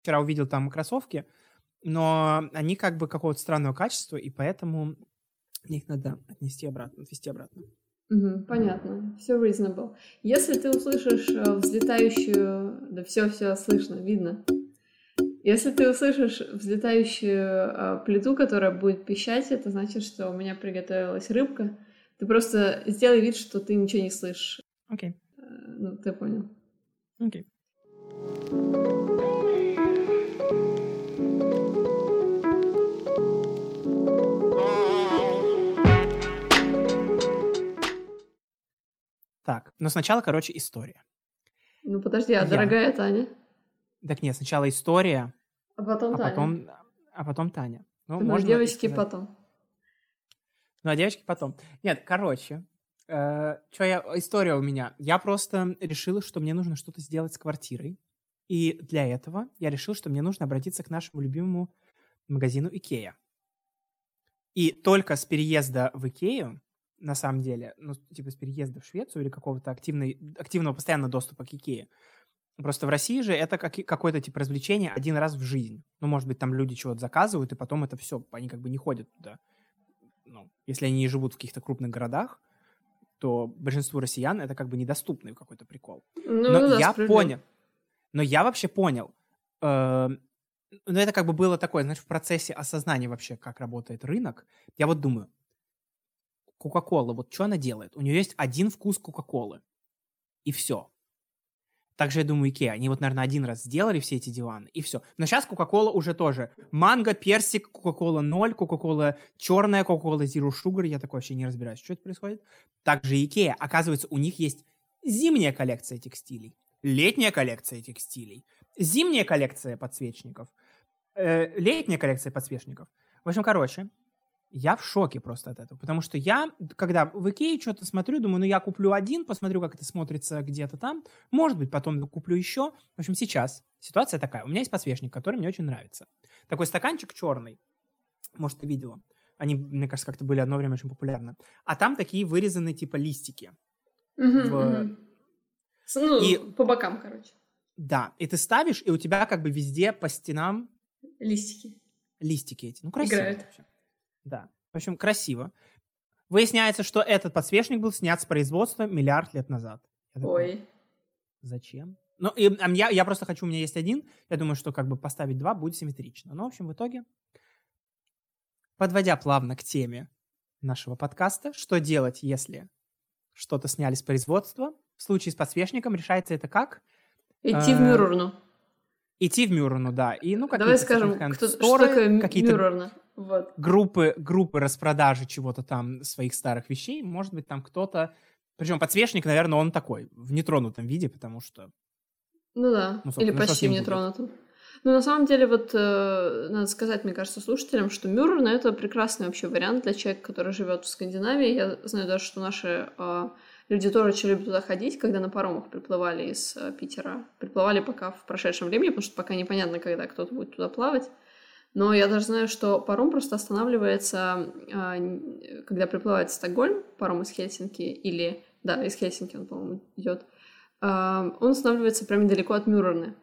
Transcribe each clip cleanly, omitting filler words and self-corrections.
вчера увидел там кроссовки, но они как бы какого-то странного качества, и поэтому их надо отвезти обратно. Понятно, все reasonable. Если ты услышишь взлетающую... Да все слышно, видно. Если ты услышишь взлетающую плиту, которая будет пищать, это значит, что у меня приготовилась рыбка. Ты просто сделай вид, что ты ничего не слышишь. Окей. Ну, ты понял. Окей. Так, но сначала, короче, история. Ну, подожди, дорогая Таня? Так нет, сначала история, а потом Таня. А потом Таня. Ну, Ну, можно девочки сказать... потом. Ну, а девочки потом. Нет, короче, история у меня. Я просто решила, что мне нужно что-то сделать с квартирой. И для этого я решил, что мне нужно обратиться к нашему любимому магазину Икея. И только с переезда в Икею, на самом деле, ну, типа с переезда в Швецию или какого-то активного постоянного доступа к Икее. Просто в России же это какое-то типа развлечение один раз в жизнь. Ну, может быть, там люди чего-то заказывают, и потом это все, они как бы не ходят туда. Ну, если они не живут в каких-то крупных городах, то большинству россиян это как бы недоступный какой-то прикол. Ну, Но я вообще понял. Но это как бы было такое, знаешь, в процессе осознания вообще, как работает рынок. Я вот думаю, Кока-кола, вот что она делает? У нее есть один вкус Кока-колы. И все. Также, я думаю, Икеа. Они вот, наверное, один раз сделали все эти диваны, и все. Но сейчас Кока-кола уже тоже. Манго, персик, Кока-кола 0, Кока-кола черная, Кока-кола Zero Sugar. Я такой вообще не разбираюсь, что это происходит. Также Икеа. Оказывается, у них есть зимняя коллекция текстилей, летняя коллекция текстилей, зимняя коллекция подсвечников, летняя коллекция подсвечников. В общем, короче, я в шоке просто от этого, потому что я, когда в Икее что-то смотрю, думаю, ну я куплю один, посмотрю, как это смотрится где-то там, может быть, потом куплю еще. В общем, сейчас ситуация такая. У меня есть подсвечник, который мне очень нравится. Такой стаканчик черный, может, ты видела. Они, мне кажется, как-то были одно время очень популярны. А там такие вырезанные типа листики. Ну, по бокам, короче. Да, и ты ставишь, и у тебя как бы везде по стенам листики эти. Ну, красиво. Играют. Вообще. Да. В общем, красиво. Выясняется, что этот подсвечник был снят с производства миллиард лет назад. Ой. Зачем? Ну, и я просто хочу, у меня есть один. Я думаю, что как бы поставить два будет симметрично. Но, в общем, в итоге, подводя плавно к теме нашего подкаста, что делать, если что-то сняли с производства? В случае с подсвечником решается это как? Идти в Мюррорну. Идти в Мюррорну, да. И, ну, давай скажем, что такое Мюррорна. Вот. Группы распродажи чего-то там, своих старых вещей. Может быть, там кто-то... Причем подсвечник, наверное, он такой, в нетронутом виде, потому что... Ну да, или почти в нетронутом. Ну, на самом деле, вот надо сказать, мне кажется, слушателям, что Мюррорна — это прекрасный вообще вариант для человека, который живет в Скандинавии. Я знаю даже, что наши люди тоже очень любят туда ходить, когда на паромах приплывали из Питера. Приплывали пока в прошедшем времени, потому что пока непонятно, когда кто-то будет туда плавать. Но я даже знаю, что паром просто останавливается, когда приплывает в Стокгольм, паром из Хельсинки, или... Да, из Хельсинки он, по-моему, идет. Он останавливается прямо недалеко от Мюррорны.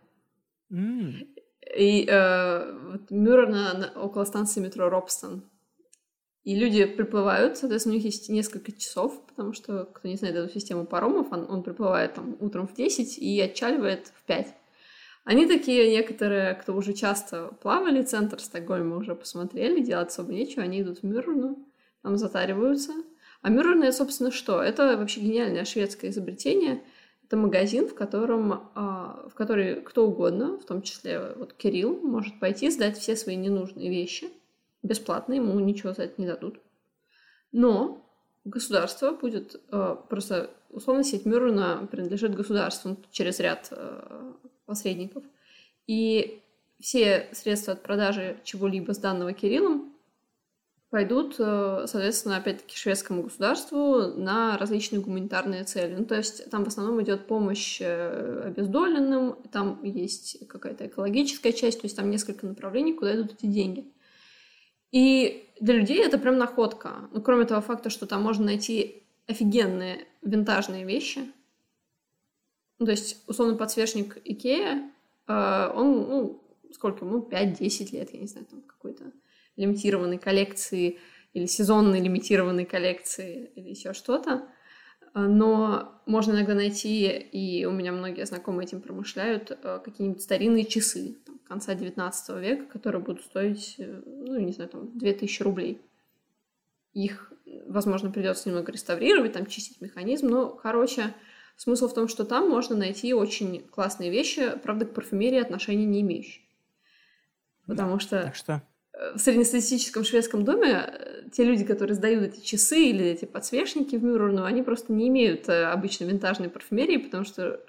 И вот Мюррорна около станции метро Робстон. И люди приплывают, соответственно, у них есть несколько часов, потому что, кто не знает эту систему паромов, он приплывает там утром в 10 и отчаливает в 5. Они такие некоторые, кто уже часто плавали, центр Стокгольма уже посмотрели, делать особо нечего, они идут в Мюррорну, там затариваются. А Мюррорна — это, собственно, что? Это вообще гениальное шведское изобретение. Это магазин, в который кто угодно, в том числе вот Кирилл, может пойти сдать все свои ненужные вещи бесплатно, ему ничего за это не дадут. Но государство будет просто, условно, сеть Мюррорна принадлежит государству через ряд посредников. И все средства от продажи чего-либо сданного Кириллом пойдут, соответственно, опять-таки шведскому государству на различные гуманитарные цели. Ну, то есть там в основном идет помощь обездоленным, там есть какая-то экологическая часть, то есть там несколько направлений, куда идут эти деньги. И для людей это прям находка. Ну, кроме того факта, что там можно найти офигенные винтажные вещи. Ну, то есть, условно, подсвечник Икея, он, сколько ему, 5-10 лет, я не знаю, там какой-то лимитированной коллекции или сезонной лимитированной коллекции или еще что-то. Но можно иногда найти, и у меня многие знакомые этим промышляют, какие-нибудь старинные часы там, конца 19 века, которые будут стоить, ну, не знаю, там, 2000 рублей. Их, возможно, придется немного реставрировать, там, чистить механизм, но, короче, смысл в том, что там можно найти очень классные вещи, правда, к парфюмерии отношения не имеющие. Потому что в среднестатистическом шведском доме те люди, которые сдают эти часы или эти подсвечники в Мюррену, они просто не имеют обычно винтажной парфюмерии, потому что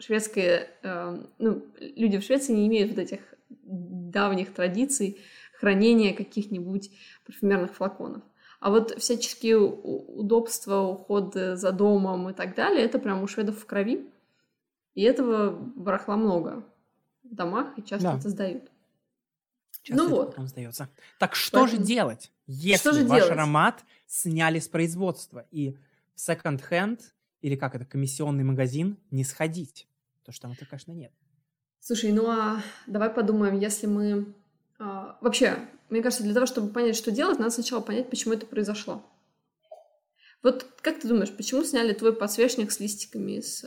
люди в Швеции не имеют вот этих давних традиций хранения каких-нибудь парфюмерных флаконов. А вот всяческие удобства, уход за домом и так далее, это прям у шведов в крови. И этого барахла много в домах, и часто это сдают. Часто это потом сдается. Так что же делать, если ваш аромат сняли с производства и в секонд-хенд, или как это, комиссионный магазин, не сходить? Потому что там это, конечно, нет. Слушай, давай подумаем, если мы... Вообще, мне кажется, для того, чтобы понять, что делать, надо сначала понять, почему это произошло. Вот как ты думаешь, почему сняли твой подсвечник с листиками из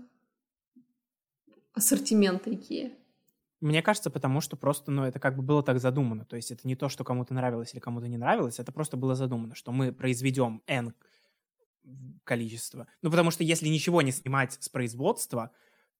ассортимента IKEA? Мне кажется, потому что просто, это как бы было так задумано. То есть это не то, что кому-то нравилось или кому-то не нравилось, это просто было задумано, что мы произведем N количество. Потому что если ничего не снимать с производства,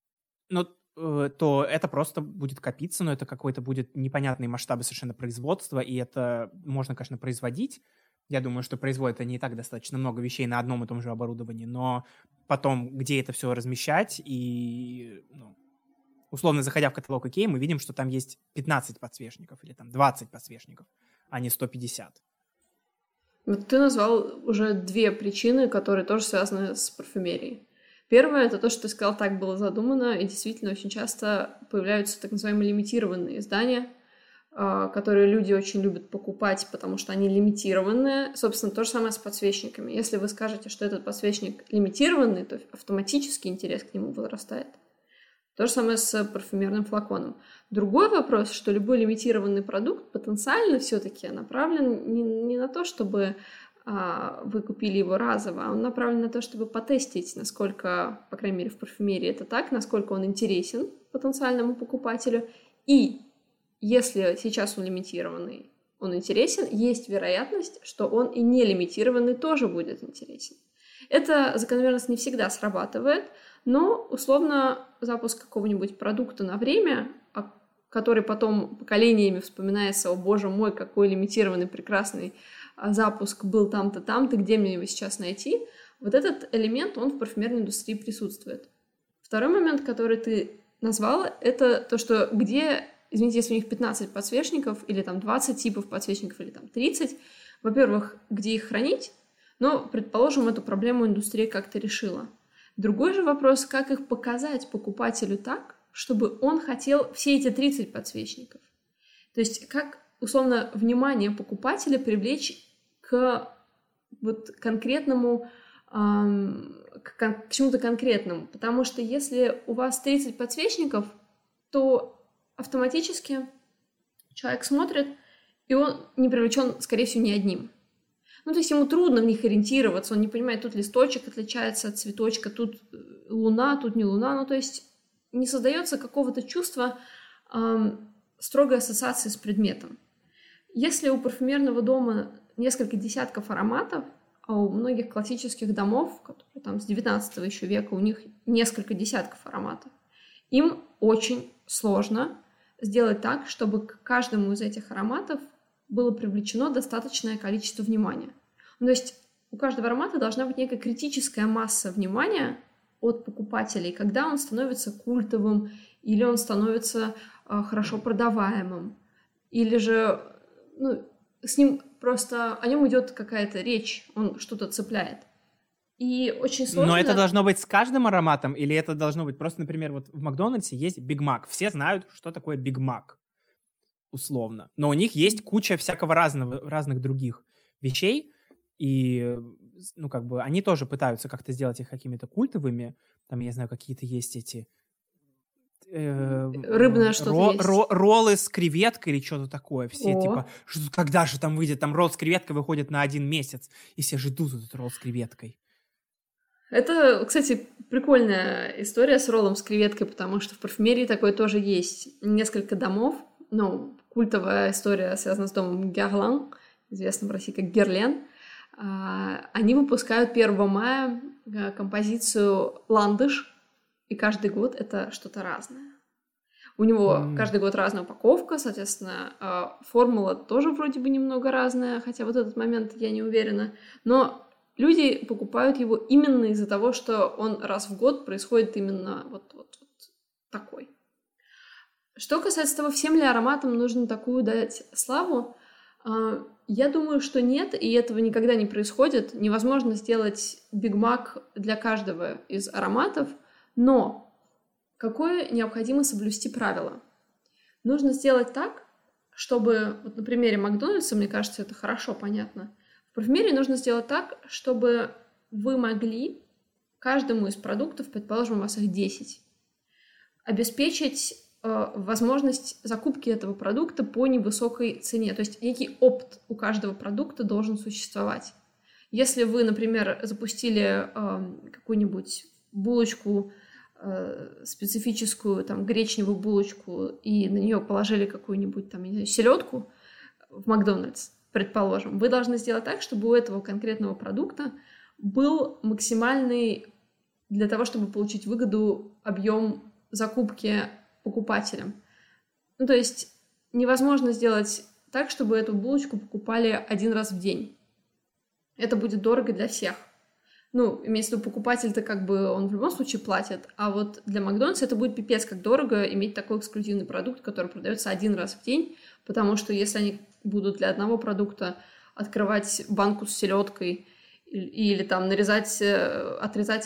то это просто будет копиться, но это какой-то будет непонятные масштабы совершенно производства, и это можно, конечно, производить. Я думаю, что производят они и так достаточно много вещей на одном и том же оборудовании, но потом, где это все размещать, и, условно, заходя в каталог IKEA, мы видим, что там есть 15 подсвечников или там 20 подсвечников, а не 150. Вот ты назвал уже 2 причины, которые тоже связаны с парфюмерией. Первое — это то, что ты сказал, так было задумано, и действительно очень часто появляются так называемые лимитированные издания, которые люди очень любят покупать, потому что они лимитированные. Собственно, то же самое с подсвечниками. Если вы скажете, что этот подсвечник лимитированный, то автоматически интерес к нему вырастает. То же самое с парфюмерным флаконом. Другой вопрос, что любой лимитированный продукт потенциально все-таки направлен не на то, чтобы вы купили его разово, а он направлен на то, чтобы потестить, насколько, по крайней мере, в парфюмерии это так, насколько он интересен потенциальному покупателю. И если сейчас он лимитированный, он интересен, есть вероятность, что он и не лимитированный тоже будет интересен. Эта закономерность не всегда срабатывает, но, условно, запуск какого-нибудь продукта на время, который потом поколениями вспоминается: «О, боже мой, какой лимитированный, прекрасный запуск был там-то, там-то, где мне его сейчас найти?» Вот этот элемент, он в парфюмерной индустрии присутствует. Второй момент, который ты назвала, это то, что извините, если у них 15 подсвечников, или там 20 типов подсвечников, или там 30, во-первых, где их хранить, но, предположим, эту проблему индустрия как-то решила. Другой же вопрос, как их показать покупателю так, чтобы он хотел все эти 30 подсвечников. То есть как, условно, внимание покупателя привлечь к конкретному, к чему-то конкретному. Потому что если у вас 30 подсвечников, то автоматически человек смотрит, и он не привлечен, скорее всего, ни одним. То есть ему трудно в них ориентироваться, он не понимает, тут листочек отличается от цветочка, тут луна, тут не луна. То есть не создается какого-то чувства строгой ассоциации с предметом. Если у парфюмерного дома несколько десятков ароматов, а у многих классических домов, которые там с 19 еще века, у них несколько десятков ароматов, им очень сложно сделать так, чтобы к каждому из этих ароматов было привлечено достаточное количество внимания. То есть у каждого аромата должна быть некая критическая масса внимания от покупателей, когда он становится культовым, или он становится хорошо продаваемым, или же с ним просто о нем идет какая-то речь, он что-то цепляет. И очень сложно... Но это должно быть с каждым ароматом, или это должно быть просто, например, вот в Макдональдсе есть Биг Мак. Все знают, что такое Биг Мак, условно. Но у них есть куча всякого разных других вещей, и, они тоже пытаются как-то сделать их какими-то культовыми. Там, я знаю, какие-то есть эти Рыбное что-то есть. Роллы с креветкой или что-то такое. Все О. типа, когда же там выйдет? Там ролл с креветкой выходит на 1 месяц, и все ждут этот ролл с креветкой. Это, кстати, прикольная история с роллом с креветкой, потому что в парфюмерии такое тоже есть. Несколько домов, культовая история связана с домом Guerlain, известным в России как Герлен. Они выпускают 1 мая композицию «Ландыш», и каждый год это что-то разное. У него каждый год разная упаковка, соответственно, формула тоже вроде бы немного разная, хотя вот этот момент я не уверена. Но люди покупают его именно из-за того, что он раз в год происходит именно вот такой. Что касается того, всем ли ароматам нужно такую дать славу, я думаю, что нет, и этого никогда не происходит. Невозможно сделать Big Mac для каждого из ароматов, но какое необходимо соблюсти правило? Нужно сделать так, чтобы, вот на примере Макдональдса, мне кажется, это хорошо понятно, в парфюмерии нужно сделать так, чтобы вы могли каждому из продуктов, предположим, у вас их 10, обеспечить возможность закупки этого продукта по невысокой цене. То есть некий опт у каждого продукта должен существовать. Если вы, например, запустили какую-нибудь булочку, специфическую, там, гречневую булочку, и на нее положили какую-нибудь, там, не знаю, селедку в Макдональдс, предположим, вы должны сделать так, чтобы у этого конкретного продукта был максимальный для того, чтобы получить выгоду, объем закупки покупателям. То есть невозможно сделать так, чтобы эту булочку покупали 1 раз в день. Это будет дорого для всех. Имеется в виду, покупатель-то он в любом случае платит, а вот для Макдональдса это будет пипец как дорого иметь такой эксклюзивный продукт, который продается 1 раз в день, потому что если они будут для одного продукта открывать банку с селедкой или там отрезать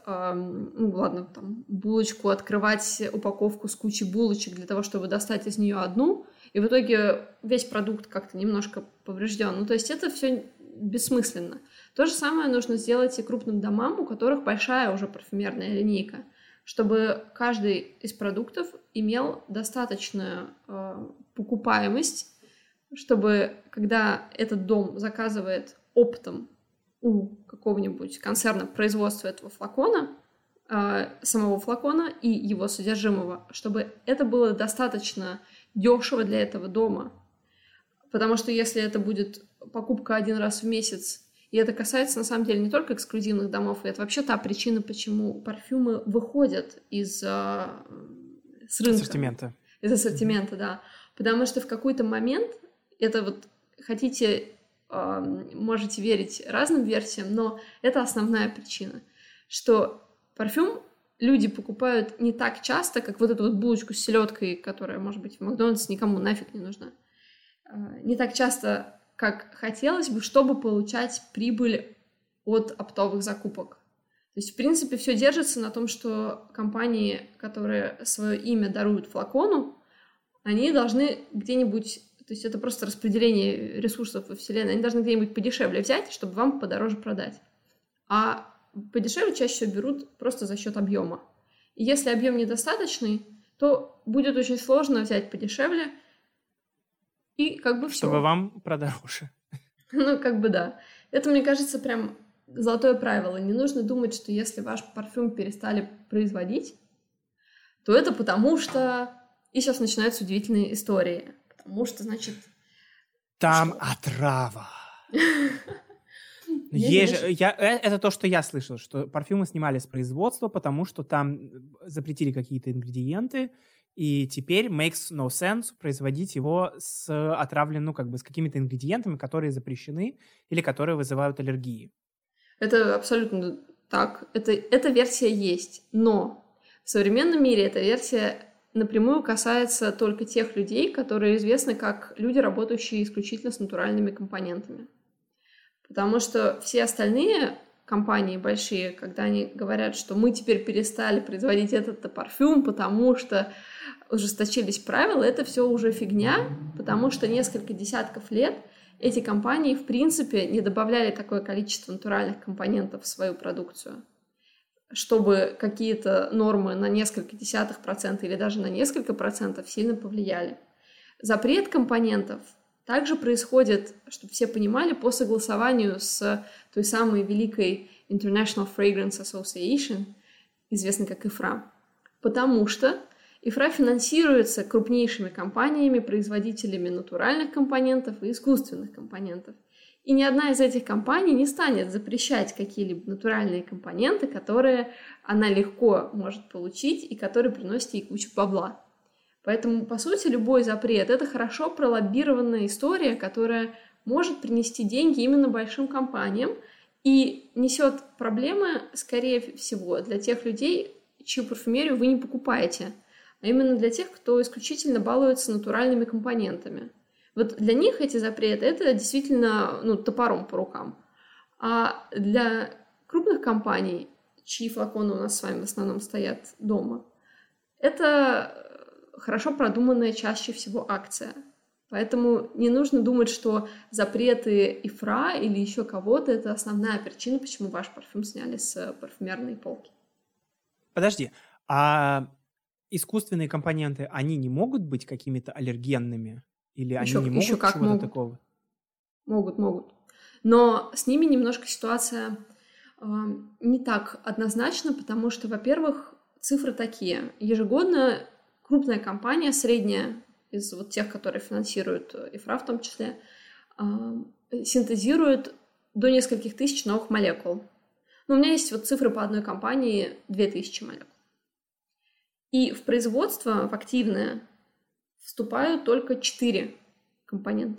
булочку, открывать упаковку с кучей булочек для того, чтобы достать из нее одну, и в итоге весь продукт как-то немножко поврежден. То есть это все бессмысленно. То же самое нужно сделать и крупным домам, у которых большая уже парфюмерная линейка, чтобы каждый из продуктов имел достаточную покупаемость, чтобы когда этот дом заказывает оптом у какого-нибудь концерна производства этого флакона, самого флакона и его содержимого, чтобы это было достаточно дешево для этого дома. Потому что если это будет покупка 1 раз в месяц, и это касается, на самом деле, не только эксклюзивных домов, и это вообще та причина, почему парфюмы выходят с рынка. Из ассортимента, да. Потому что в какой-то момент, это хотите, можете верить разным версиям, но это основная причина, что парфюм люди покупают не так часто, как вот эту булочку с селедкой, которая, может быть, в Макдональдсе никому нафиг не нужна. Не так часто, как хотелось бы, чтобы получать прибыль от оптовых закупок. То есть, в принципе, все держится на том, что компании, которые свое имя даруют флакону, они должны где-нибудь, то есть это просто распределение ресурсов во Вселенной, они должны где-нибудь подешевле взять, чтобы вам подороже продать. А подешевле чаще всего берут просто за счет объема. И если объем недостаточный, то будет очень сложно взять подешевле, и все. Чтобы вам продороже. Да. Это, мне кажется, прям золотое правило. Не нужно думать, что если ваш парфюм перестали производить, то это потому что... И сейчас начинаются удивительные истории. Потому что, значит... Там отрава. Это то, что я слышал, что парфюмы снимали с производства, потому что там запретили какие-то ингредиенты, и теперь makes no sense производить его с отравленным, с какими-то ингредиентами, которые запрещены или которые вызывают аллергии. Это абсолютно так. Эта версия есть, но в современном мире эта версия напрямую касается только тех людей, которые известны как люди, работающие исключительно с натуральными компонентами. Потому что все остальные компании большие, когда они говорят, что мы теперь перестали производить этот парфюм, потому что ужесточились правила, это все уже фигня, потому что несколько десятков лет эти компании, в принципе, не добавляли такое количество натуральных компонентов в свою продукцию. чтобы какие-то нормы на несколько десятых процента или даже на несколько процентов сильно повлияли. Запрет компонентов также происходит, чтобы все понимали, по согласованию с той самой великой International Fragrance Association, известной как IFRA, потому что IFRA финансируется крупнейшими компаниями, производителями натуральных компонентов и искусственных компонентов. И ни одна из этих компаний не станет запрещать какие-либо натуральные компоненты, которые она легко может получить и которые приносят ей кучу бабла. Поэтому, по сути, любой запрет – это хорошо пролоббированная история, которая может принести деньги именно большим компаниям и несет проблемы, скорее всего, для тех людей, чью парфюмерию вы не покупаете, а именно для тех, кто исключительно балуется натуральными компонентами. Вот для них эти запреты – это действительно топором по рукам. А для крупных компаний, чьи флаконы у нас с вами в основном стоят дома, это хорошо продуманная чаще всего акция. Поэтому не нужно думать, что запреты IFRA или еще кого-то – это основная причина, почему ваш парфюм сняли с парфюмерной полки. Подожди, а искусственные компоненты, они не могут быть какими-то аллергенными? Или они не могут чего-то такого? Могут. Но с ними немножко ситуация не так однозначна, потому что, во-первых, цифры такие. Ежегодно крупная компания, средняя, из вот тех, которые финансируют IFRA в том числе, синтезирует до нескольких тысяч новых молекул. Но у меня есть вот цифры по одной компании 2000 молекул. И в производство, в активное, поступают только 4 компонента.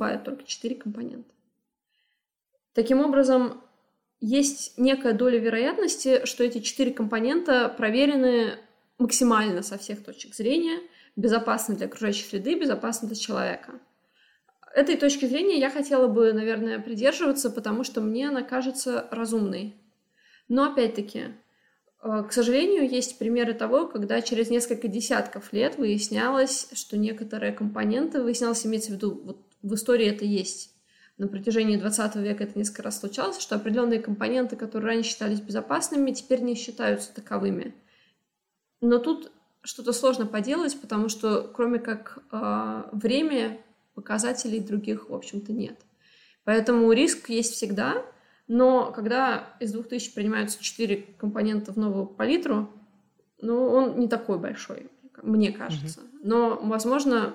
Таким образом, есть некая доля вероятности, что эти 4 компонента проверены максимально со всех точек зрения, безопасны для окружающей среды, безопасны для человека. Этой точки зрения я хотела бы, наверное, придерживаться, потому что мне она кажется разумной. Но, опять-таки, к сожалению, есть примеры того, когда через несколько десятков лет выяснялось, что некоторые компоненты, имеется в виду, вот в истории это есть. На протяжении 20 века это несколько раз случалось, что определенные компоненты, которые раньше считались безопасными, теперь не считаются таковыми. Но тут что-то сложно поделать, потому что кроме как время, показателей других, в общем-то, нет. Поэтому риск есть всегда, но когда из 2000 принимаются 4 компонента в новую палитру, он не такой большой, мне кажется. Но, возможно,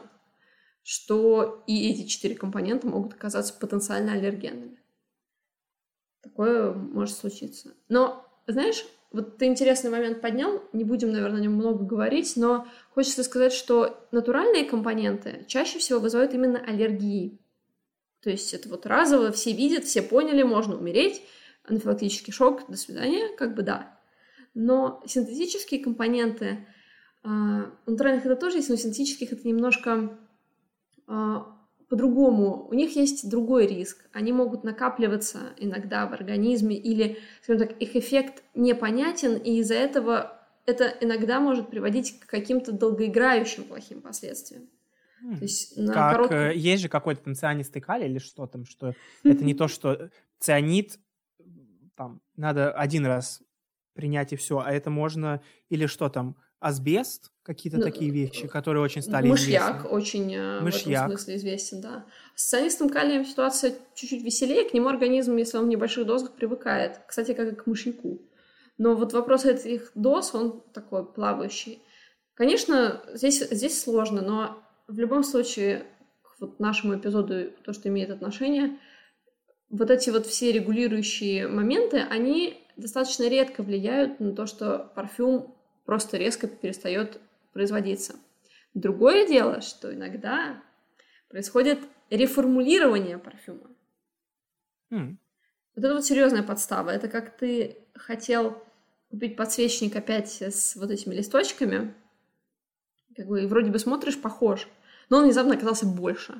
что и эти 4 компонента могут оказаться потенциально аллергенными. Такое может случиться. Но, знаешь, вот ты интересный момент поднял, не будем, наверное, о нем много говорить, но хочется сказать, что натуральные компоненты чаще всего вызывают именно аллергии. То есть это вот разово, все видят, все поняли, можно умереть, анафилактический шок, до свидания, да. Но синтетические компоненты, у натуральных это тоже есть, но у синтетических это немножко по-другому. У них есть другой риск. Они могут накапливаться иногда в организме или, скажем так, их эффект непонятен, и из-за этого это иногда может приводить к каким-то долгоиграющим плохим последствиям. То есть есть же какой-то там цианистый калий или что там, что это не то, что цианид там надо один раз принять и все, а это можно или что там, асбест, какие-то такие вещи, которые очень стали мышьяк известны. Очень в этом смысле известен, да. С цианистым калием ситуация чуть-чуть веселее, к нему организм, если он в небольших дозах, привыкает, кстати, как и к мышьяку. Но вот вопрос этих доз, он такой плавающий. Конечно, здесь сложно, но в любом случае, к вот нашему эпизоду, то, что имеет отношение, вот эти вот все регулирующие моменты, они достаточно редко влияют на то, что парфюм просто резко перестает производиться. Другое дело, что иногда происходит реформулирование парфюма. Вот это вот серьезная подстава. Это как ты хотел купить подсвечник опять с вот этими листочками, и вроде бы смотришь, похож, но он внезапно оказался больше.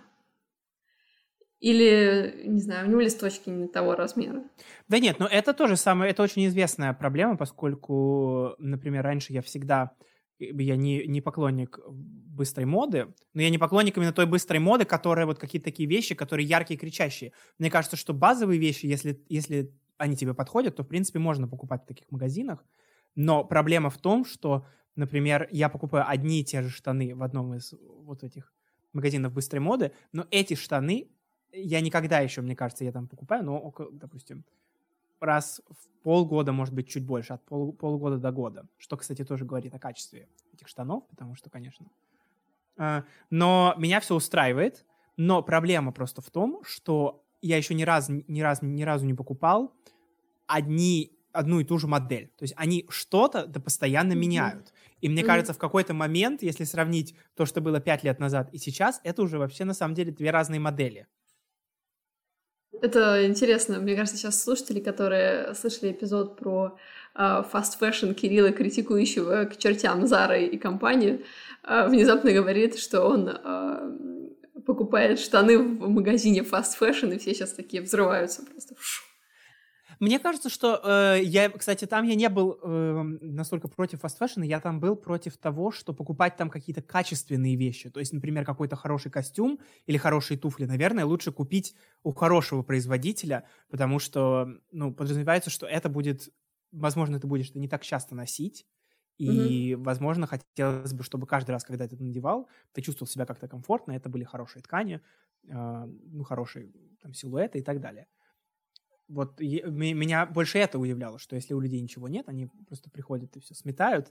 Или, не знаю, у него листочки не того размера. Да нет, но это тоже самое, это очень известная проблема, поскольку, например, раньше я не поклонник быстрой моды, но я не поклонник именно той быстрой моды, которая вот какие-то такие вещи, которые яркие, кричащие. Мне кажется, что базовые вещи, если они тебе подходят, то, в принципе, можно покупать в таких магазинах. Но проблема в том, что, например, я покупаю одни и те же штаны в одном из вот этих магазинов быстрой моды, но эти штаны я никогда еще, мне кажется, я там покупаю, но около, допустим, раз в полгода, может быть, чуть больше, от полугода до года. Что, кстати, тоже говорит о качестве этих штанов, потому что, конечно... Но меня все устраивает, но проблема просто в том, что я еще ни разу не покупал одну и ту же модель. То есть они что-то постоянно меняют. И мне кажется, в какой-то момент, если сравнить то, что было 5 лет назад и сейчас, это уже вообще на самом деле 2 разные модели. Это интересно. Мне кажется, сейчас слушатели, которые слышали эпизод про fast fashion Кирилла, критикующего к чертям Зары и компанию, внезапно говорит, что он покупает штаны в магазине fast fashion, и все сейчас такие взрываются просто. Мне кажется, что кстати, там я не был настолько против fast fashion, я там был против того, что покупать там какие-то качественные вещи. То есть, например, какой-то хороший костюм или хорошие туфли, наверное, лучше купить у хорошего производителя, потому что, подразумевается, что это будет, возможно, ты будешь это не так часто носить, и, возможно, хотелось бы, чтобы каждый раз, когда ты это надевал, ты чувствовал себя как-то комфортно, это были хорошие ткани, хорошие там силуэты и так далее. Вот меня больше это удивляло, что если у людей ничего нет, они просто приходят и все сметают,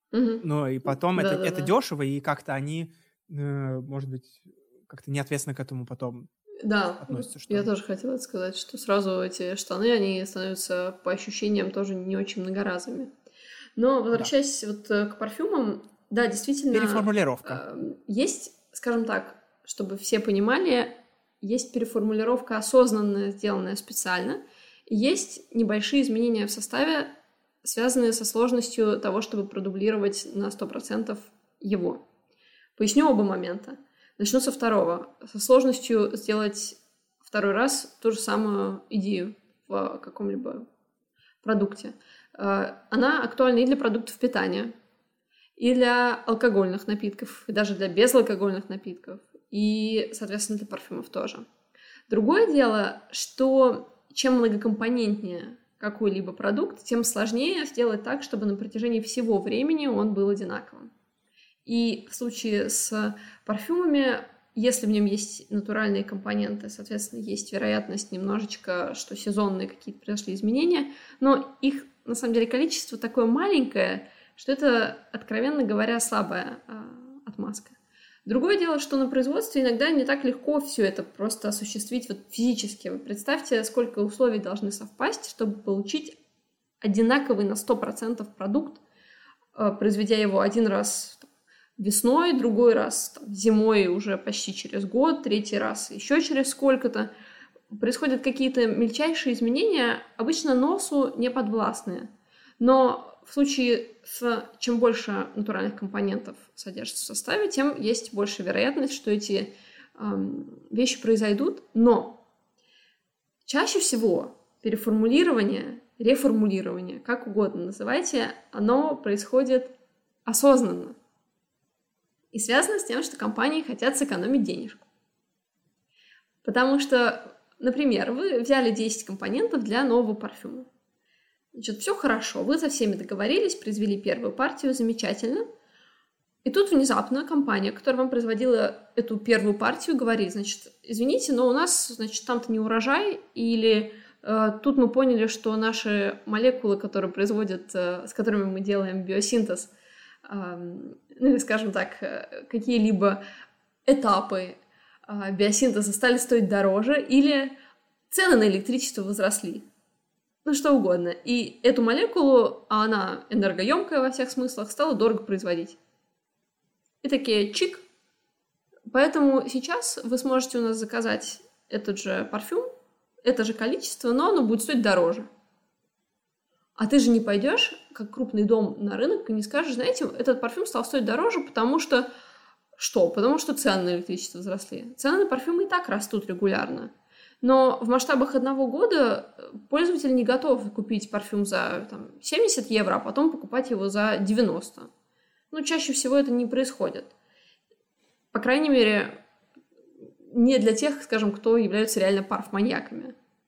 но и потом это дешево, и как-то они, может быть, как-то неответственно к этому потом относятся. Я тоже хотела сказать, что сразу эти штаны, они становятся по ощущениям тоже не очень многоразовыми. Но возвращаясь вот к парфюмам, да, действительно... Переформулировка. Есть, скажем так, чтобы все понимали, есть переформулировка осознанная, сделанная специально. И есть небольшие изменения в составе, связанные со сложностью того, чтобы продублировать на 100% его. Поясню оба момента. Начну со второго. Со сложностью сделать второй раз ту же самую идею в каком-либо продукте. Она актуальна и для продуктов питания, и для алкогольных напитков, и даже для безалкогольных напитков, и, соответственно, для парфюмов тоже. Другое дело, что чем многокомпонентнее какой-либо продукт, тем сложнее сделать так, чтобы на протяжении всего времени он был одинаковым. И в случае с парфюмами, если в нем есть натуральные компоненты, соответственно, есть вероятность немножечко, что сезонные какие-то произошли изменения, но их, на самом деле, количество такое маленькое, что это, откровенно говоря, слабая отмазка. Другое дело, что на производстве иногда не так легко все это просто осуществить вот физически. Вы представьте, сколько условий должны совпасть, чтобы получить одинаковый на 100% продукт, произведя его один раз весной, другой раз зимой уже почти через год, третий раз еще через сколько-то. Происходят какие-то мельчайшие изменения, обычно носу не подвластные. Но в случае чем больше натуральных компонентов содержится в составе, тем есть больше вероятность, что эти вещи произойдут. Но чаще всего переформулирование, реформулирование, как угодно называйте, оно происходит осознанно. И связано с тем, что компании хотят сэкономить денежку. Потому что, например, вы взяли 10 компонентов для нового парфюма. Значит, все хорошо, вы со всеми договорились, произвели первую партию, замечательно. И тут внезапно компания, которая вам производила эту первую партию, говорит, значит, извините, но у нас, значит, там-то не урожай, или тут мы поняли, что наши молекулы, которые производят, с которыми мы делаем биосинтез, или, скажем так, какие-либо этапы биосинтеза стали стоить дороже, или цены на электричество возросли. Что угодно. И эту молекулу, а она энергоемкая во всех смыслах, стало дорого производить. И такие чик. Поэтому сейчас вы сможете у нас заказать этот же парфюм, это же количество, но оно будет стоить дороже. А ты же не пойдешь, как крупный дом, на рынок и не скажешь, знаете, этот парфюм стал стоить дороже, потому что... Что? Потому что цены на электричество возросли. Цены на парфюмы и так растут регулярно. Но в масштабах одного года пользователь не готов купить парфюм за 70 евро, а потом покупать его за 90. Чаще всего это не происходит. По крайней мере, не для тех, скажем, кто являются реально парфманьяками.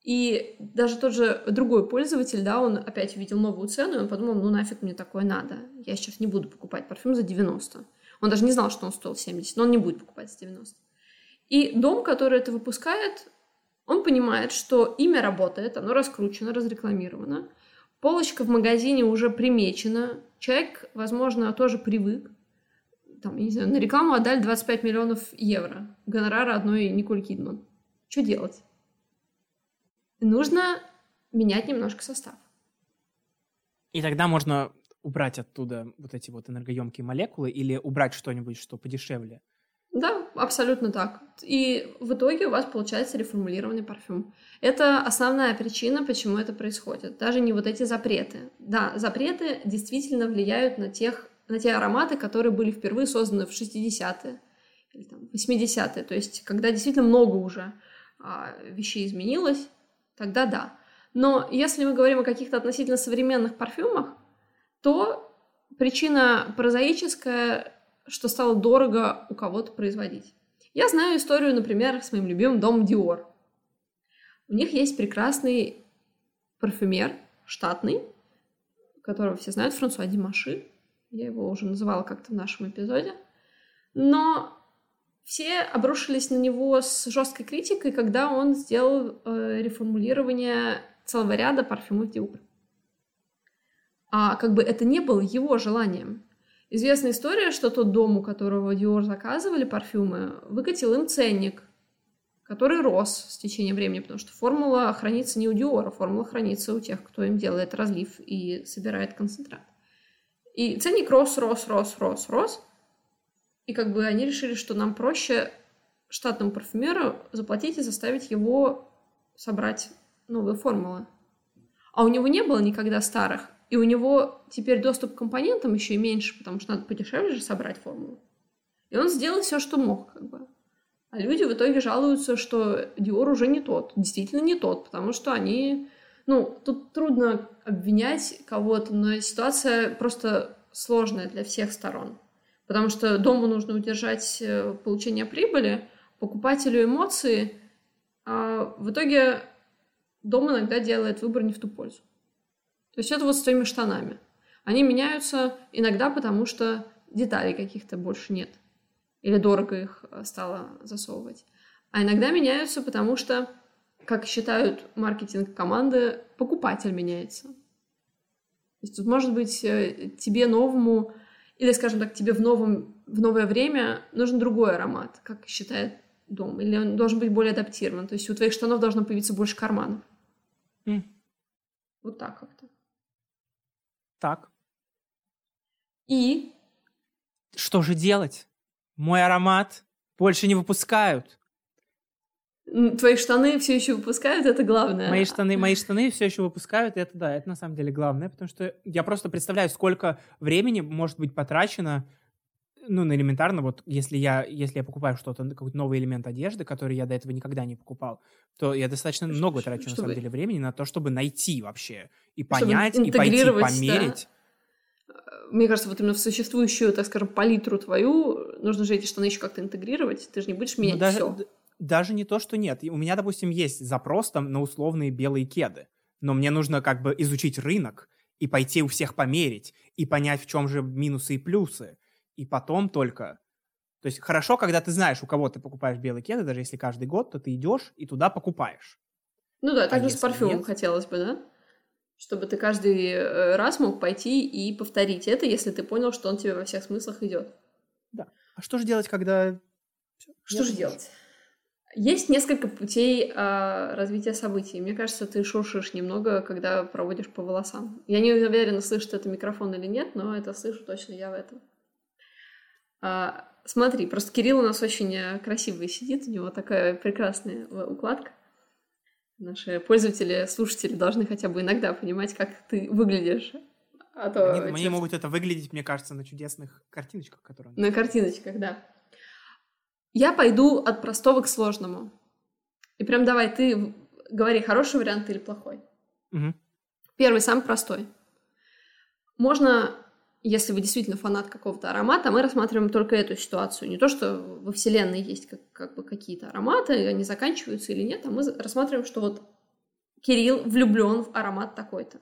И даже тот же другой пользователь, да, он опять увидел новую цену, и он подумал, ну нафиг мне такое надо, я сейчас не буду покупать парфюм за 90. Он даже не знал, что он стоил 70, но он не будет покупать за 90. И дом, который это выпускает, он понимает, что имя работает, оно раскручено, разрекламировано, полочка в магазине уже примечена, человек, возможно, тоже привык, там, я не знаю, на рекламу отдали 25 миллионов евро, гонорара одной Николь Кидман. Что делать? Нужно менять немножко состав. И тогда можно убрать оттуда вот эти вот энергоемкие молекулы или убрать что-нибудь, что подешевле. Да, абсолютно так. И в итоге у вас получается реформулированный парфюм. Это основная причина, почему это происходит. Даже не вот эти запреты. Да, запреты действительно влияют на те ароматы, которые были впервые созданы в 60-е или там, 80-е. То есть, когда действительно много уже вещей изменилось, тогда да. Но если мы говорим о каких-то относительно современных парфюмах, то причина прозаическая, что стало дорого у кого-то производить. Я знаю историю, например, с моим любимым домом Dior. У них есть прекрасный парфюмер, штатный, которого все знают, Франсуа Димаши. Я его уже называла как-то в нашем эпизоде. Но все обрушились на него с жесткой критикой, когда он сделал реформулирование целого ряда парфюмов Dior. А как бы это не было его желанием. Известная история, что тот дом, у которого Dior заказывали парфюмы, выкатил им ценник, который рос с течением времени, потому что формула хранится не у Dior, а формула хранится у тех, кто им делает разлив и собирает концентрат. И ценник рос. И как бы они решили, что нам проще штатному парфюмеру заплатить и заставить его собрать новые формулы. А у него не было никогда старых. И у него теперь доступ к компонентам еще и меньше, потому что надо подешевле же собрать формулу. И он сделал все, что мог, как бы. А люди в итоге жалуются, что Dior уже не тот. Действительно не тот, потому что они... Ну, тут трудно обвинять кого-то, но ситуация просто сложная для всех сторон. Потому что дому нужно удержать получение прибыли, покупателю эмоции, а в итоге дом иногда делает выбор не в ту пользу. То есть это вот с твоими штанами. Они меняются иногда, потому что деталей каких-то больше нет. Или дорого их стало засовывать. А иногда меняются, потому что, как считают маркетинг-команды, покупатель меняется. То есть тут, может быть, тебе новому, или, скажем так, тебе в новое время нужен другой аромат, как считает дом. Или он должен быть более адаптирован. То есть у твоих штанов должно появиться больше карманов. Вот так как-то. Так. И? Что же делать? Мой аромат больше не выпускают. Твои штаны все еще выпускают, это главное. Мои штаны все еще выпускают, и это да, это на самом деле главное, потому что я просто представляю, сколько времени может быть потрачено, ну, на элементарно, вот если я покупаю что-то, какой-то новый элемент одежды, который я до этого никогда не покупал, то я достаточно много трачу, на самом деле, времени на то, чтобы найти вообще, и понять, и пойти померить. Да. Мне кажется, вот именно в существующую, так скажем, палитру твою нужно же эти штаны еще как-то интегрировать, ты же не будешь менять все. Даже не то, что нет. У меня, допустим, есть запрос там на условные белые кеды, но мне нужно как бы изучить рынок и пойти у всех померить, и понять, в чем же минусы и плюсы. И потом только... То есть хорошо, когда ты знаешь, у кого ты покупаешь белые кеды, даже если каждый год, то ты идешь и туда покупаешь. Ну да, так же с парфюмом хотелось бы, да? Чтобы ты каждый раз мог пойти и повторить это, если ты понял, что он тебе во всех смыслах идет. Да. А что же делать, когда... Что же делать? Есть несколько путей развития событий. Мне кажется, ты шуршишь немного, когда проводишь по волосам. Я не уверена, слышит это микрофон или нет, но это слышу точно я в этом. Смотри, просто Кирилл у нас очень красивый сидит, у него такая прекрасная укладка. Наши пользователи, слушатели должны хотя бы иногда понимать, как ты выглядишь. А то они могут это выглядеть, мне кажется, на чудесных картиночках, которые... На картиночках, да. Я пойду от простого к сложному. И прям давай, ты говори, хороший вариант или плохой. Угу. Первый, самый простой. Можно, если вы действительно фанат какого-то аромата, мы рассматриваем только эту ситуацию. Не то, что во Вселенной есть как бы какие-то ароматы, они заканчиваются или нет, а мы рассматриваем, что вот Кирилл влюблен в аромат такой-то.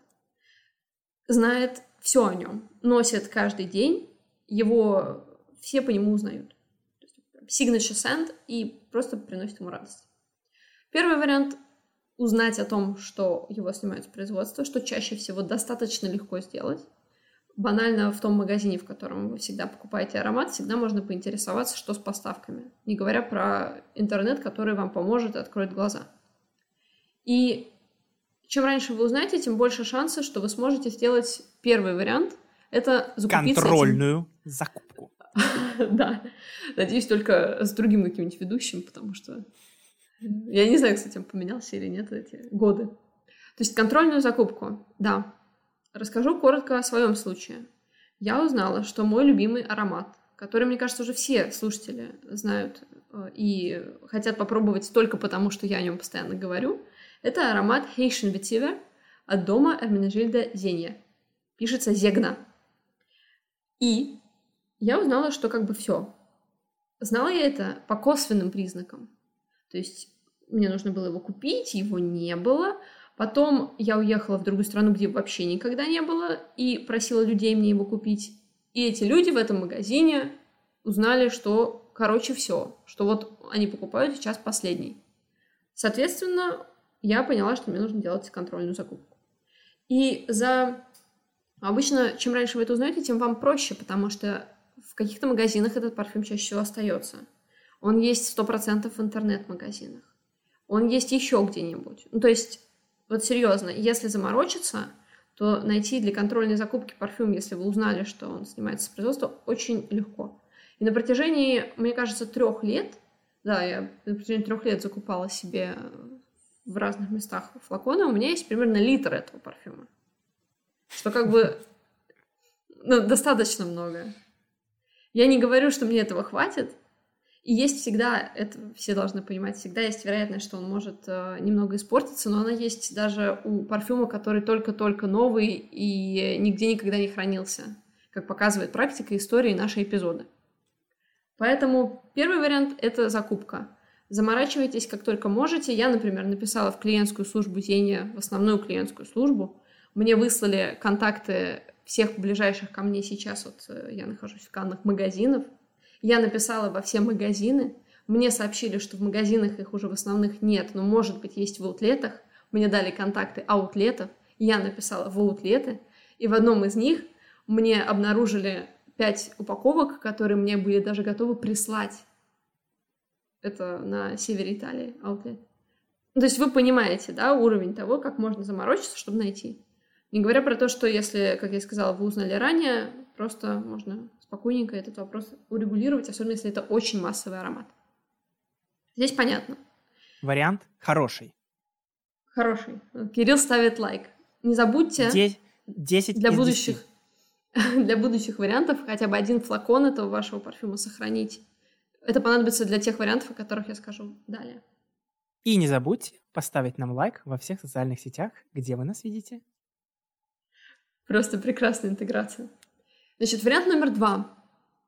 Знает все о нем. Носит каждый день. Его все по нему узнают. Signature scent и просто приносит ему радость. Первый вариант — узнать о том, что его снимают с производства, что чаще всего достаточно легко сделать. Банально в том магазине, в котором вы всегда покупаете аромат, всегда можно поинтересоваться, что с поставками. Не говоря про интернет, который вам поможет и откроет глаза. И чем раньше вы узнаете, тем больше шанса, что вы сможете сделать первый вариант. Это закупиться контрольную закупку. Да. Надеюсь, только с другим каким-нибудь ведущим, потому что я не знаю, кстати, он поменялся или нет эти годы. То есть контрольную закупку, да. Расскажу коротко о своем случае. Я узнала, что мой любимый аромат, который, мне кажется, уже все слушатели знают и хотят попробовать только потому, что я о нем постоянно говорю, это аромат Haitian Vetiver от дома Эрменегильда Зенья. Пишется Зегна. И я узнала, что как бы все. Знала я это по косвенным признакам. То есть мне нужно было его купить, его не было. Потом я уехала в другую страну, где вообще никогда не было, и просила людей мне его купить. И эти люди в этом магазине узнали, что, короче, все, что вот они покупают сейчас последний. Соответственно, я поняла, что мне нужно делать контрольную закупку. И обычно, чем раньше вы это узнаете, тем вам проще, потому что в каких-то магазинах этот парфюм чаще всего остается. Он есть 100% в интернет-магазинах. Он есть еще где-нибудь. Ну, то есть, вот серьезно, если заморочиться, то найти для контрольной закупки парфюм, если вы узнали, что он снимается с производства, очень легко. И на протяжении, мне кажется, 3 лет, да, я на протяжении 3 лет закупала себе в разных местах флаконы, у меня есть примерно литр этого парфюма. Что как бы достаточно много. Я не говорю, что мне этого хватит. И есть всегда, это все должны понимать, всегда есть вероятность, что он может немного испортиться, но она есть даже у парфюма, который только-только новый и нигде никогда не хранился, как показывает практика истории наши эпизоды. Поэтому первый вариант — это закупка. Заморачивайтесь как только можете. Я, например, написала в клиентскую службу Зенья, в основную клиентскую службу. Мне выслали контакты всех ближайших ко мне сейчас, вот я нахожусь в Каннах, магазинов. Я написала во все магазины. Мне сообщили, что в магазинах их уже в основных нет, но, может быть, есть в аутлетах. Мне дали контакты аутлетов. Я написала в аутлеты. И в одном из них мне обнаружили 5 упаковок, которые мне были даже готовы прислать. Это на севере Италии аутлет. Ну, то есть вы понимаете, да, уровень того, как можно заморочиться, чтобы найти. Не говоря про то, что если, как я сказала, вы узнали ранее, просто можно спокойненько этот вопрос урегулировать, особенно если это очень массовый аромат. Здесь понятно. Вариант хороший. Хороший. Кирилл ставит лайк. Не забудьте 10 для из будущих вариантов хотя бы один флакон этого вашего парфюма сохранить. Это понадобится для тех вариантов, о которых я скажу далее. И не забудьте поставить нам лайк во всех социальных сетях, где вы нас видите. Просто прекрасная интеграция. Значит, вариант номер 2.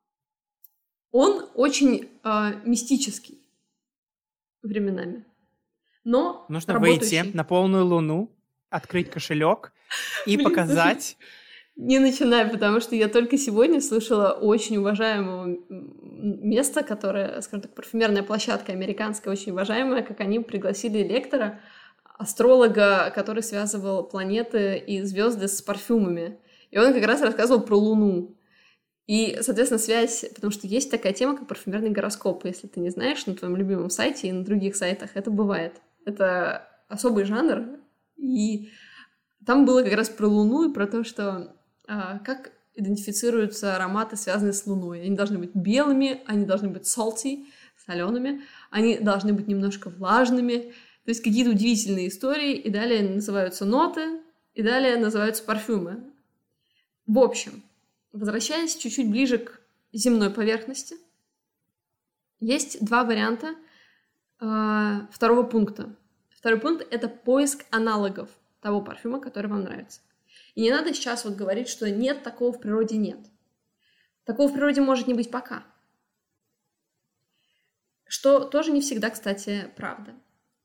Он очень мистический временами. Но нужно работающий. выйти на полную луну, открыть кошелек и показать... Не начинай, потому что я только сегодня слышала очень уважаемого места, которое, скажем так, парфюмерная площадка американская, очень уважаемая, как они пригласили лектора, астролога, который связывал планеты и звезды с парфюмами. И он как раз рассказывал про Луну. И, соответственно, связь, потому что есть такая тема, как парфюмерный гороскоп. Если ты не знаешь, на твоем любимом сайте и на других сайтах это бывает. Это особый жанр. И там было как раз про Луну и про то, что как идентифицируются ароматы, связанные с Луной. Они должны быть белыми, они должны быть salty, солеными, они должны быть немножко влажными. То есть какие-то удивительные истории. И далее называются ноты, и далее называются парфюмы. В общем, возвращаясь чуть-чуть ближе к земной поверхности, есть 2 варианта второго пункта. Второй пункт — это поиск аналогов того парфюма, который вам нравится. И не надо сейчас вот говорить, что нет, такого в природе нет. Такого в природе может не быть пока. Что тоже не всегда, кстати, правда.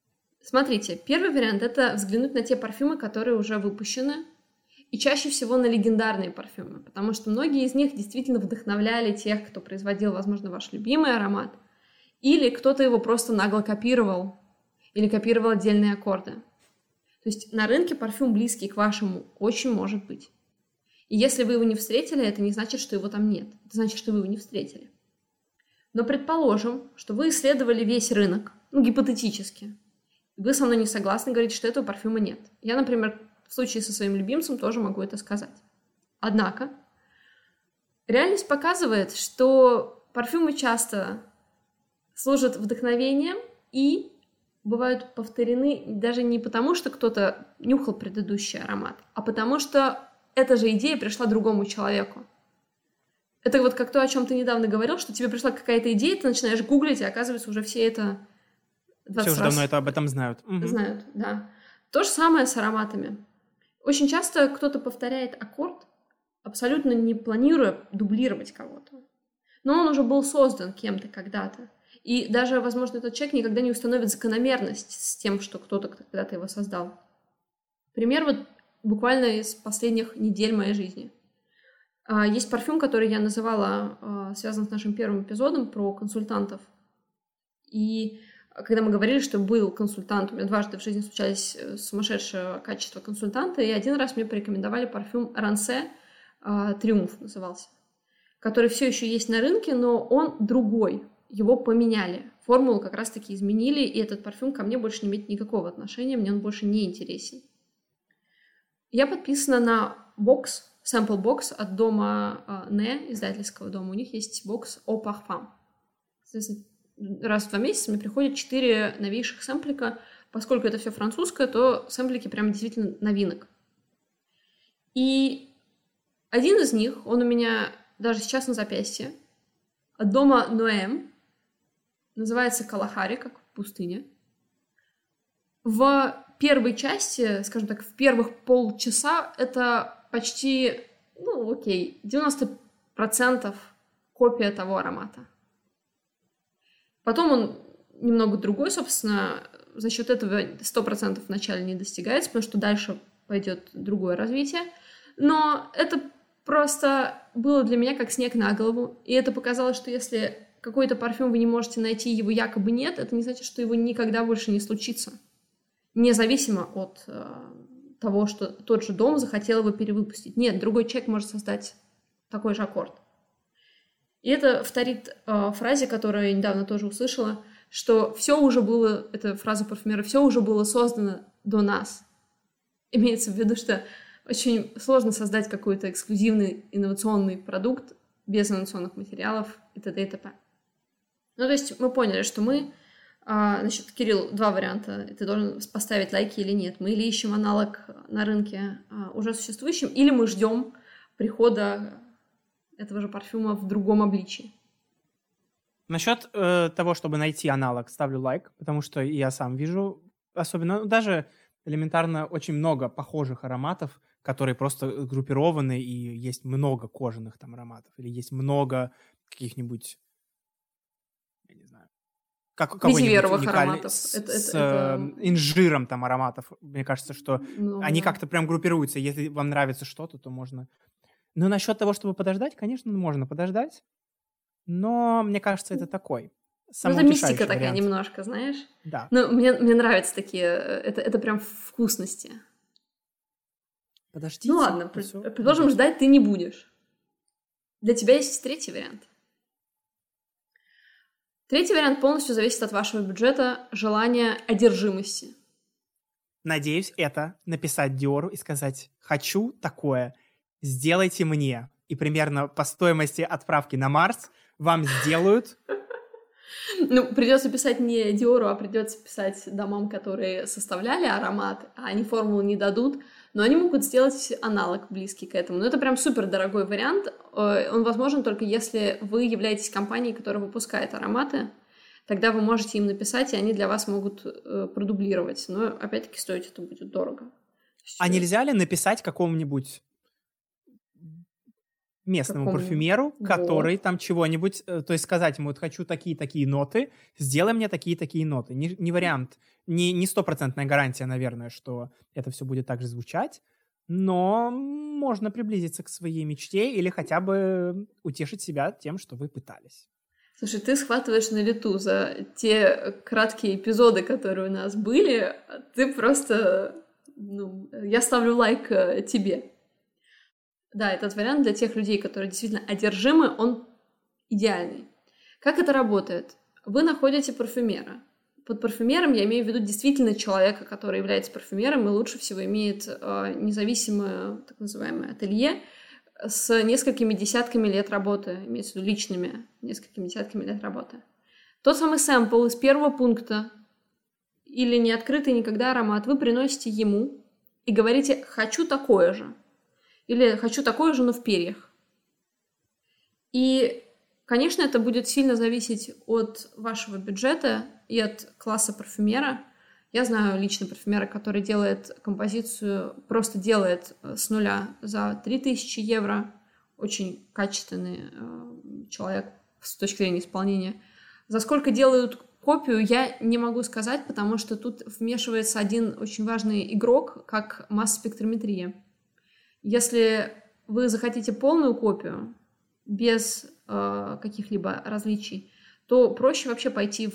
Смотрите, первый вариант — это взглянуть на те парфюмы, которые уже выпущены, и чаще всего на легендарные парфюмы, потому что многие из них действительно вдохновляли тех, кто производил, возможно, ваш любимый аромат, или кто-то его просто нагло копировал, или копировал отдельные аккорды. То есть на рынке парфюм, близкий к вашему, очень может быть. И если вы его не встретили, это не значит, что его там нет. Это значит, что вы его не встретили. Но предположим, что вы исследовали весь рынок, гипотетически. Вы со мной не согласны, говорите, что этого парфюма нет. Я, например, в случае со своим любимцем тоже могу это сказать. Однако, реальность показывает, что парфюмы часто служат вдохновением и бывают повторены даже не потому, что кто-то нюхал предыдущий аромат, а потому что эта же идея пришла другому человеку. Это вот как то, о чем ты недавно говорил, что тебе пришла какая-то идея, ты начинаешь гуглить, и оказывается, уже все это 20 Все уже раз давно об этом знают. знают, да. То же самое с ароматами. Очень часто кто-то повторяет аккорд, абсолютно не планируя дублировать кого-то. Но он уже был создан кем-то когда-то. И даже, возможно, этот человек никогда не установит закономерность с тем, что кто-то когда-то его создал. Пример вот буквально из последних недель моей жизни. Есть парфюм, который я называла, связан с нашим первым эпизодом про консультантов. И когда мы говорили, что был консультант, у меня дважды в жизни случались сумасшедшее качество консультанта, и один раз мне порекомендовали парфюм Рансе, «Триумф» назывался, который все еще есть на рынке, но он другой, его поменяли. Формулу как раз-таки изменили, и этот парфюм ко мне больше не имеет никакого отношения, мне он больше не интересен. Я подписана на бокс, сэмпл-бокс от дома Не, издательского дома. У них есть бокс Eau Parfum. Соответственно, раз в 2 месяца мне приходят 4 новейших сэмплика. Поскольку это все французское, то сэмплики прям действительно новинок. И один из них, он у меня даже сейчас на запястье, от дома Ноэм, называется Калахари, как пустыня. В первой части, скажем так, в первых полчаса это почти, 90% копия того аромата. Потом он немного другой, собственно, за счет этого 100% вначале не достигается, потому что дальше пойдет другое развитие. Но это просто было для меня как снег на голову. И это показало, что если какой-то парфюм вы не можете найти, его якобы нет, это не значит, что его никогда больше не случится. Независимо от того, что тот же дом захотел его перевыпустить. Нет, другой человек может создать такой же аккорд. И это вторит фразе, которую я недавно тоже услышала, что все уже было, это фраза парфюмера, все уже было создано до нас. Имеется в виду, что очень сложно создать какой-то эксклюзивный инновационный продукт без инновационных материалов и т.д. и т.п. То есть мы поняли, что мы, значит, Кирилл, 2 варианта, ты должен поставить лайки или нет. Мы или ищем аналог на рынке уже существующим, или мы ждем прихода этого же парфюма в другом обличии. Насчет того, чтобы найти аналог, ставлю лайк, потому что я сам вижу, особенно, даже элементарно очень много похожих ароматов, которые просто группированы, и есть много кожаных там ароматов, или есть много каких-нибудь, я не знаю, витиверовых ароматов. с инжиром там ароматов. Мне кажется, что они как-то прям группируются. Если вам нравится что-то, то можно... Но насчет того, чтобы подождать, конечно, можно подождать, но мне кажется, это такой это мистика такая вариант. Немножко, знаешь? Да. Но мне нравятся такие, это прям вкусности. Подождите. Ну ладно, предложим, ждать ты не будешь. Для тебя есть 3-й вариант. 3-й вариант полностью зависит от вашего бюджета, желания, одержимости. Надеюсь, это написать Диору и сказать: хочу такое, сделайте мне. И примерно по стоимости отправки на Марс вам сделают. Придется писать не Диору, а придется писать домам, которые составляли аромат, а они формулу не дадут, но они могут сделать аналог близкий к этому. Но это прям супер дорогой вариант. Он возможен только если вы являетесь компанией, которая выпускает ароматы. Тогда вы можете им написать, и они для вас могут продублировать. Но, опять-таки, стоить это будет дорого. А нельзя ли написать какому-нибудь местному Какому? парфюмеру, Вот. который там чего-нибудь, то есть сказать ему, вот хочу такие-такие ноты, сделай мне такие-такие ноты. Не вариант, не стопроцентная гарантия, наверное, что это все будет так же звучать, но можно приблизиться к своей мечте или хотя бы утешить себя тем, что вы пытались. Слушай, ты схватываешь на лету за те краткие эпизоды, которые у нас были. Ты просто... я ставлю лайк тебе. Да, этот вариант для тех людей, которые действительно одержимы, он идеальный. Как это работает? Вы находите парфюмера. Под парфюмером я имею в виду действительно человека, который является парфюмером и лучше всего имеет независимое, так называемое, ателье с несколькими десятками лет работы, имеется в виду личными несколькими десятками лет работы. Тот самый сэмпл из первого пункта или не открытый никогда аромат вы приносите ему и говорите «хочу такое же». Или «хочу такое же, но в перьях». И, конечно, это будет сильно зависеть от вашего бюджета и от класса парфюмера. Я знаю лично парфюмера, который делает композицию, просто делает с нуля за 3000 евро. Очень качественный человек с точки зрения исполнения. За сколько делают копию, я не могу сказать, потому что тут вмешивается один очень важный игрок, как масс-спектрометрия. Если вы захотите полную копию, без каких-либо различий, то проще вообще пойти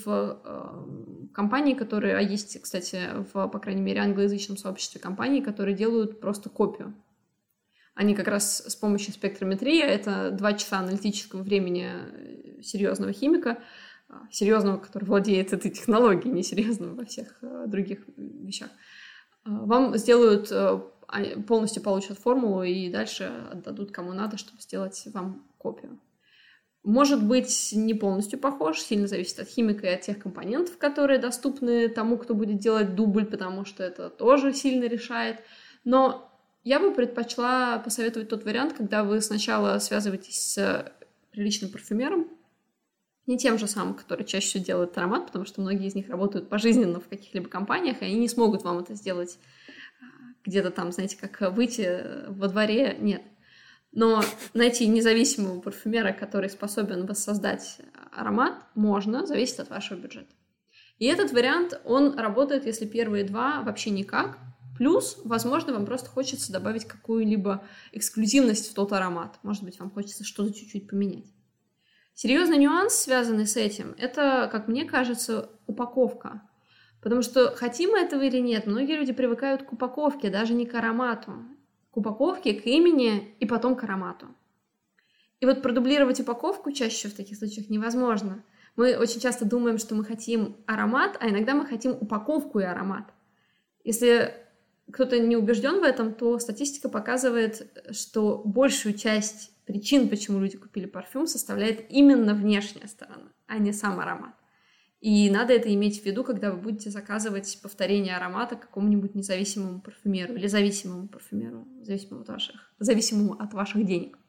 в компании, которые, а есть, кстати, по крайней мере, англоязычном сообществе компаний, которые делают просто копию. Они как раз с помощью спектрометрии, это 2 часа аналитического времени серьезного химика, серьезного, который владеет этой технологией, не серьезного во всех других вещах, вам сделают, полностью получат формулу и дальше отдадут кому надо, чтобы сделать вам копию. Может быть, не полностью похож, сильно зависит от химика и от тех компонентов, которые доступны тому, кто будет делать дубль, потому что это тоже сильно решает. Но я бы предпочла посоветовать тот вариант, когда вы сначала связываетесь с приличным парфюмером, не тем же самым, который чаще всего делает аромат, потому что многие из них работают пожизненно в каких-либо компаниях, и они не смогут вам это сделать где-то там, знаете, как выйти во дворе, нет. Но найти независимого парфюмера, который способен воссоздать аромат, можно, зависит от вашего бюджета. И этот вариант, он работает, если первые 2 вообще никак. Плюс, возможно, вам просто хочется добавить какую-либо эксклюзивность в тот аромат. Может быть, вам хочется что-то чуть-чуть поменять. Серьезный нюанс, связанный с этим, это, как мне кажется, упаковка. Потому что, хотим мы этого или нет, многие люди привыкают к упаковке, даже не к аромату. К упаковке, к имени и потом к аромату. И вот продублировать упаковку чаще в таких случаях невозможно. Мы очень часто думаем, что мы хотим аромат, а иногда мы хотим упаковку и аромат. Если кто-то не убежден в этом, то статистика показывает, что большую часть причин, почему люди купили парфюм, составляет именно внешняя сторона, а не сам аромат. И надо это иметь в виду, когда вы будете заказывать повторение аромата какому-нибудь независимому парфюмеру или зависимому парфюмеру, зависимому от ваших денег.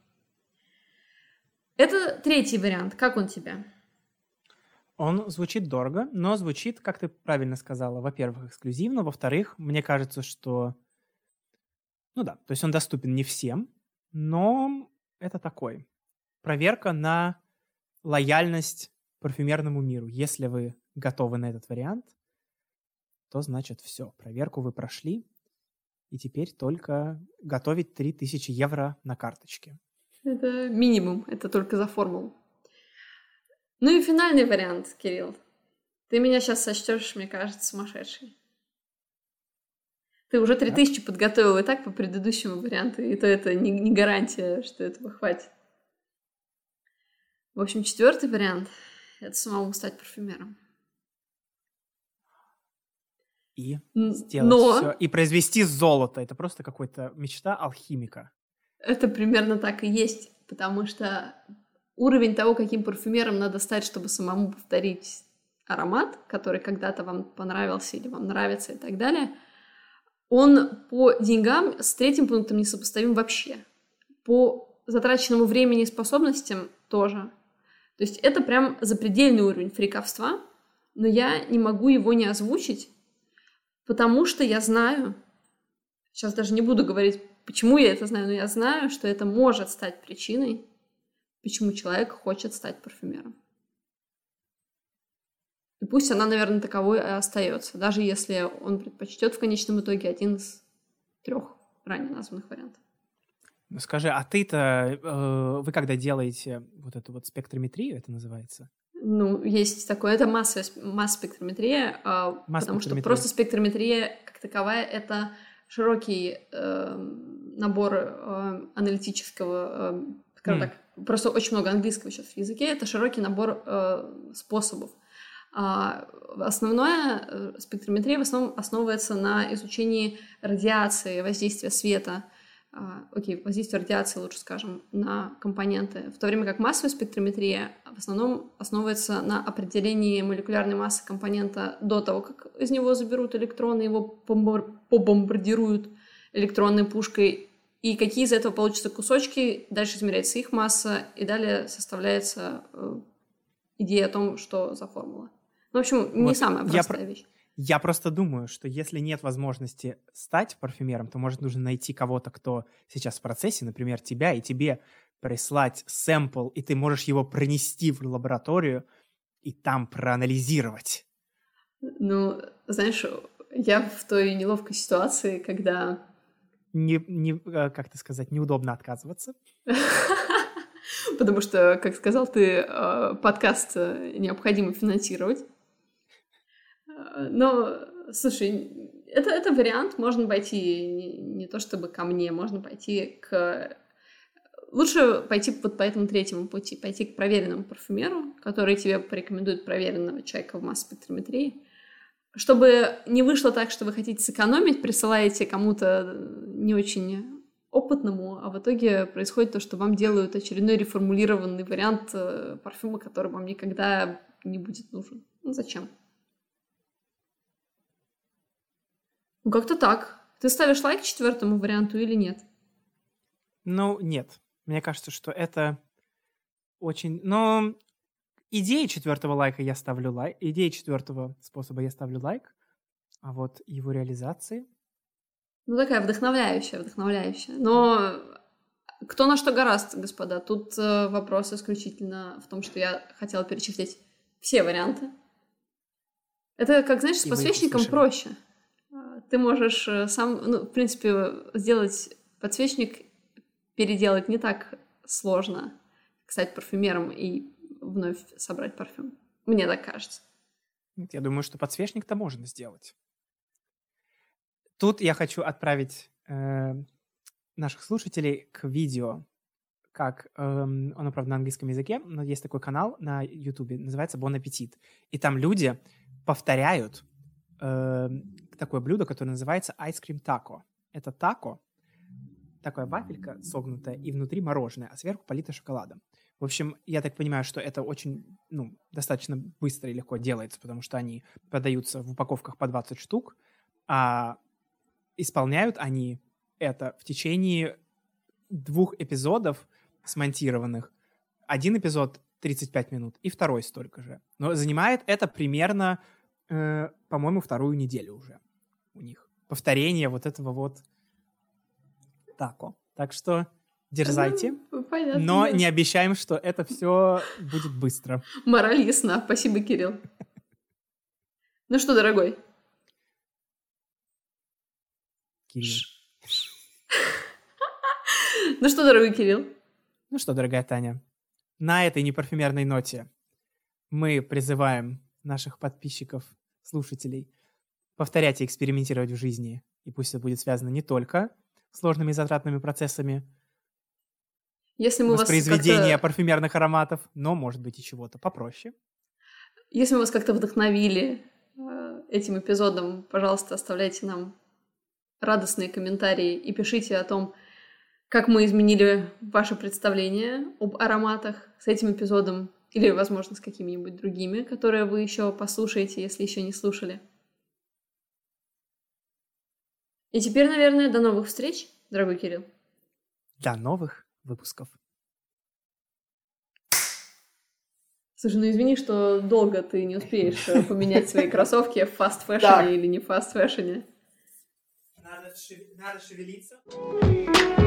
Это 3-й вариант. Как он тебе? Он звучит дорого, но звучит, как ты правильно сказала, во-первых, эксклюзивно, во-вторых, мне кажется, что, то есть он доступен не всем, но это такой проверка на лояльность парфюмерному миру. Если вы готовы на этот вариант, то значит все, проверку вы прошли, и теперь только готовить 3000 евро на карточке. Это минимум, это только за формулу. Ну и финальный вариант, Кирилл. Ты меня сейчас сочтешь, мне кажется, сумасшедший. Ты уже 3000 подготовил и так по предыдущему варианту, и то это не гарантия, что этого хватит. В общем, 4-й вариант — это самому стать парфюмером. И сделать все. И произвести золото. Это просто какая-то мечта алхимика. Это примерно так и есть, потому что уровень того, каким парфюмером надо стать, чтобы самому повторить аромат, который когда-то вам понравился или вам нравится и так далее, он по деньгам с 3-м пунктом несопоставим вообще. По затраченному времени и способностям тоже. То есть это прям запредельный уровень фриковства, но я не могу его не озвучить, потому что я знаю, сейчас даже не буду говорить Почему я это знаю? Ну, я знаю, что это может стать причиной, почему человек хочет стать парфюмером. И пусть она, наверное, таковой и остается, даже если он предпочтет в конечном итоге один из 3 ранее названных вариантов. Ну, скажи, а ты-то, вы когда делаете вот эту вот спектрометрию, это называется? Ну, есть такое, это масс-спектрометрия, потому что просто спектрометрия как таковая — это широкий набор аналитического, скажем так, просто очень много английского сейчас в языке, это широкий набор способов. Основная спектрометрия в основном основывается на изучении радиации, воздействия света, воздействия радиации, лучше скажем, на компоненты, в то время как массовая спектрометрия в основном основывается на определении молекулярной массы компонента до того, как из него заберут электроны, его побомбардируют электронной пушкой, и какие из этого получатся кусочки, дальше измеряется их масса, и далее составляется идея о том, что за формула. В общем, не самая простая вещь. Я просто думаю, что если нет возможности стать парфюмером, то, может, нужно найти кого-то, кто сейчас в процессе, например, тебя, и тебе прислать сэмпл, и ты можешь его пронести в лабораторию и там проанализировать. Ну, знаешь, я в той неловкой ситуации, когда... Как это сказать, неудобно отказываться. Потому что, как сказал ты, подкаст необходимо финансировать. Но, слушай, это вариант, можно пойти не то чтобы ко мне, можно пойти к... Лучше пойти вот по этому третьему пути, пойти к проверенному парфюмеру, который тебе порекомендует проверенного человека в масс-спектрометрии. Чтобы не вышло так, что вы хотите сэкономить, присылаете кому-то не очень опытному, а в итоге происходит то, что вам делают очередной реформулированный вариант парфюма, который вам никогда не будет нужен. Ну, зачем? Ну, как-то так. Ты ставишь лайк 4-му варианту или нет? Ну, нет. Мне кажется, что это очень... Но идеи 4-го лайка я ставлю лайк. Идеи 4-го способа я ставлю лайк. А вот его реализации... Ну, такая вдохновляющая. Но кто на что гораст, господа. Тут вопрос исключительно в том, что я хотела перечислить все варианты. Это, как, знаешь, с подсвечником проще. Ты можешь сам, ну, в принципе, сделать подсвечник, переделать не так сложно, как стать парфюмером и вновь собрать парфюм. Мне так кажется. Я думаю, что подсвечник-то можно сделать. Тут я хочу отправить наших слушателей к видео, как оно, правда, на английском языке, но есть такой канал на YouTube, называется Bon Appetit. И там люди повторяют такое блюдо, которое называется Ice Cream Taco. Это тако, такая вафелька согнутая, и внутри мороженое, а сверху полито шоколадом. В общем, я так понимаю, что это очень, достаточно быстро и легко делается, потому что они продаются в упаковках по 20 штук, а исполняют они это в течение 2 эпизодов смонтированных. Один эпизод 35 минут, и второй столько же. Но занимает это примерно, по-моему, 2-ю неделю уже у них. Повторение вот этого вот тако. Так что дерзайте, Понятно, но да. не обещаем, что это все будет быстро. Мораль ясна. Спасибо, Кирилл. Ну что, дорогой? Кирилл. Ну что, дорогой Кирилл? Ну что, дорогая Таня, на этой непарфюмерной ноте мы призываем наших подписчиков, слушателей повторять и экспериментировать в жизни. И пусть это будет связано не только с сложными и затратными процессами воспроизведения парфюмерных ароматов, но, может быть, и чего-то попроще. Если мы вас как-то вдохновили этим эпизодом, пожалуйста, оставляйте нам радостные комментарии и пишите о том, как мы изменили ваше представление об ароматах с этим эпизодом или, возможно, с какими-нибудь другими, которые вы еще послушаете, если еще не слушали. И теперь, наверное, до новых встреч, дорогой Кирилл. До новых выпусков. Слушай, ну извини, что долго ты не успеешь поменять свои кроссовки в фаст-фэшне или не фаст-фэшне. Надо Надо шевелиться.